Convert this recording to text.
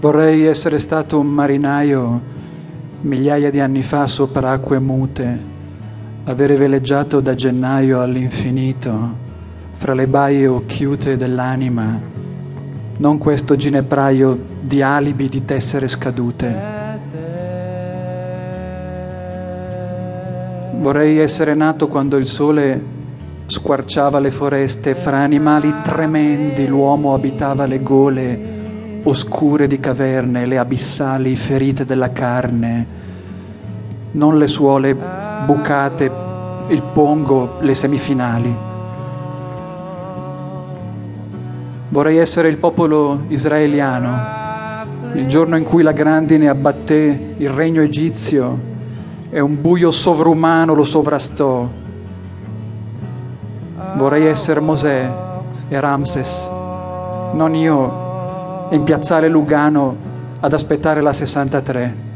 Vorrei essere stato un marinaio migliaia di anni fa sopra acque mute, avere veleggiato da gennaio all'infinito, fra le baie occhiute dell'anima, non questo ginepraio di alibi di tessere scadute. Vorrei essere nato quando il sole squarciava le foreste, fra animali tremendi l'uomo abitava le gole oscure di caverne, le abissali ferite della carne, non le suole bucate, il pongo, le semifinali. Vorrei essere il popolo israeliano, il giorno in cui la grandine abbatté il regno egizio e un buio sovrumano lo sovrastò. Vorrei essere Mosè e Ramses, non io in piazzale Lugano ad aspettare la 63.